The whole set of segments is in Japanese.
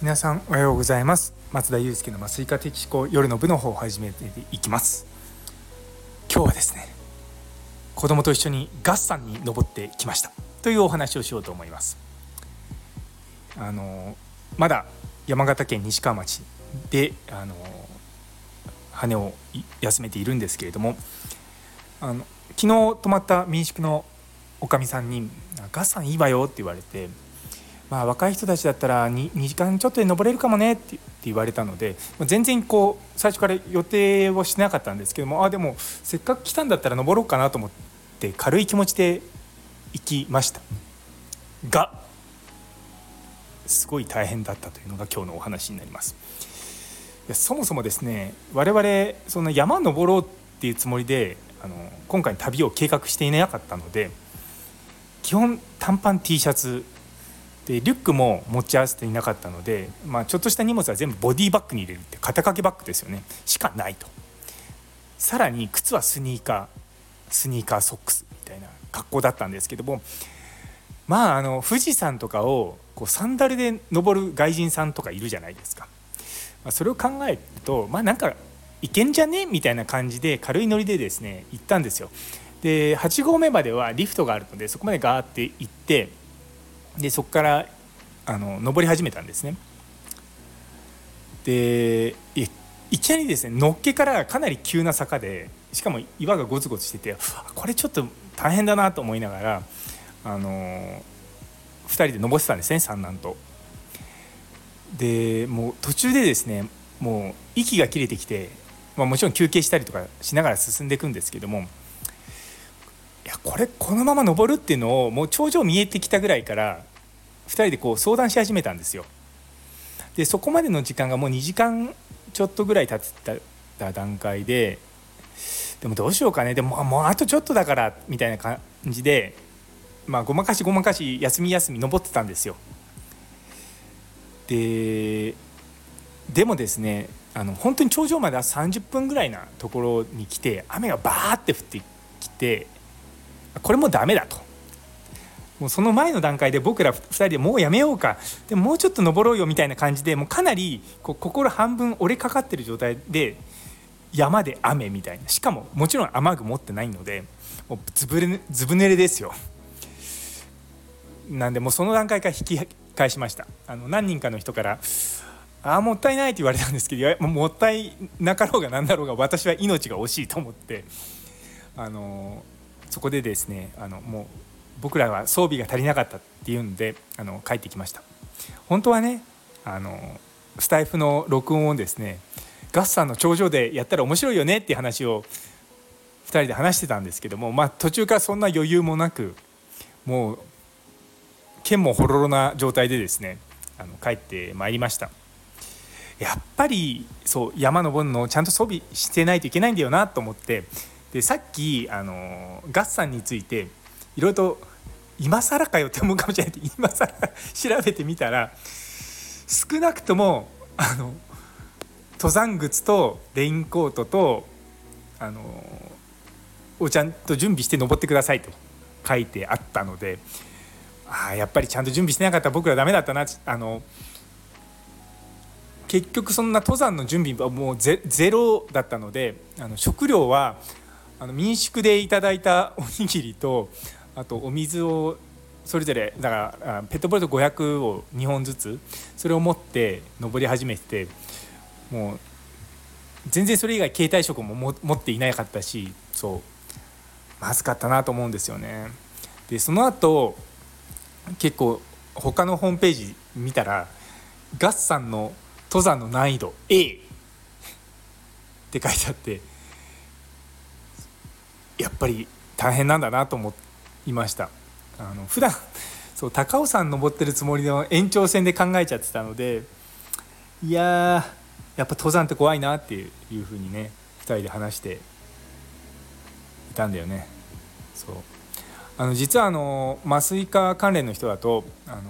皆さんおはようございます。松田祐介の麻酔科的思考夜の部の方を始めていきます。今日はですね、子供と一緒に月山に登ってきましたというお話をしようと思います。まだ山形県西川町で羽を休めているんですけれども、昨日泊まった民宿のおかみさんに月山いいわよって言われて、若い人たちだったら 2時間ちょっとで登れるかもねって言われたので、全然最初から予定をしてなかったんですけども、でもせっかく来たんだったら登ろうかなと思って軽い気持ちで行きましたが、すごい大変だったというのが今日のお話になります。そもそもですね、我々そんな山登ろうっていうつもりで今回の旅を計画していなかったので、基本短パン T シャツでリュックも持ち合わせていなかったので、ちょっとした荷物は全部ボディバッグに入れるって肩掛けバッグですよねしかないと。さらに靴はスニーカーソックスみたいな格好だったんですけども、富士山とかをサンダルで登る外人さんとかいるじゃないですか。それを考えるとなんかいけんじゃねみたいな感じで軽いノリでですね行ったんですよ。で8合目まではリフトがあるので、そこまでガーって行って、でそこから登り始めたんですね。でいきなりですね、のっけからかなり急な坂で、しかも岩がゴツゴツしてて、これちょっと大変だなと思いながら2人で登ってたんですね、三男と。でもう途中でですね、もう息が切れてきて、もちろん休憩したりとかしながら進んでいくんですけども、このまま登るっていうのをもう頂上見えてきたぐらいから2人で相談し始めたんですよ。でそこまでの時間がもう2時間ちょっとぐらい経った段階で、でもどうしようかね、でももうあとちょっとだからみたいな感じで、ごまかし休み登ってたんですよ。でもですね、本当に頂上までは30分ぐらいなところに来て、雨がバーって降ってきて、これもうダメだと。もうその前の段階で僕ら2人でもうやめようか、でももうちょっと登ろうよみたいな感じで、もうかなり心半分折れかかってる状態で、山で雨みたいな、しかももちろん雨具持ってないのでもうずぶ濡れですよ。なんでもうその段階から引き返しました。何人かの人からもったいないって言われたんですけど、もったいなかろうが何だろうが私は命が惜しいと思って、そこでですねもう僕らは装備が足りなかったっていうんで帰ってきました。本当はねスタイフの録音をですね、月山の頂上でやったら面白いよねっていう話を2人で話してたんですけども、途中からそんな余裕もなく、もう剣もほろろな状態でですね帰ってまいりました。やっぱりそう山登るのをちゃんと装備してないといけないんだよなと思って、でさっき月山についていろいろと今更かよって思うかもしれないけど、今更調べてみたら、少なくとも登山靴とレインコートとをちゃんと準備して登ってくださいと書いてあったので、やっぱりちゃんと準備してなかったら僕らダメだったな。結局そんな登山の準備はもうゼロだったので、食料は民宿でいただいたおにぎりと、あとお水をそれぞれ、だからペットボトル500を2本ずつ、それを持って登り始めて、もう全然それ以外携帯食も持っていなかったし、そうまずかったなと思うんですよね。でその後結構他のホームページ見たら、月山の登山の難易度 A って書いてあって、やっぱり大変なんだなと思いました。普段高尾山登ってるつもりの延長線で考えちゃってたので、やっぱ登山って怖いなっていうふうにね2人で話していたんだよね。そう実は麻酔科関連の人だと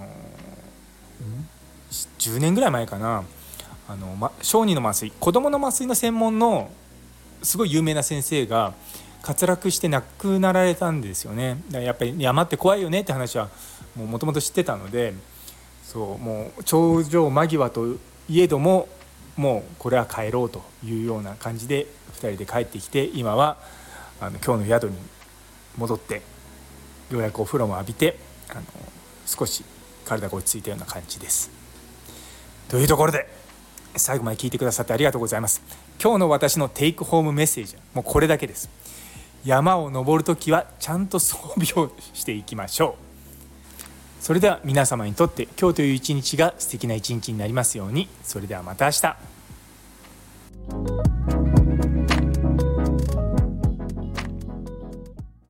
10年ぐらい前かな、小児の麻酔、子どもの麻酔の専門のすごい有名な先生が滑落して亡くなられたんですよね。だからやっぱり山って怖いよねって話はもともと知ってたので、 そうもう頂上間際といえども、もうこれは帰ろうというような感じで2人で帰ってきて、今は今日の宿に戻ってようやくお風呂も浴びて少し体が落ち着いたような感じです。というところで最後まで聞いてくださってありがとうございます。今日の私のテイクホームメッセージはもうこれだけです。山を登るときはちゃんと装備をしていきましょう。それでは皆様にとって今日という一日が素敵な一日になりますように。それではまた明日。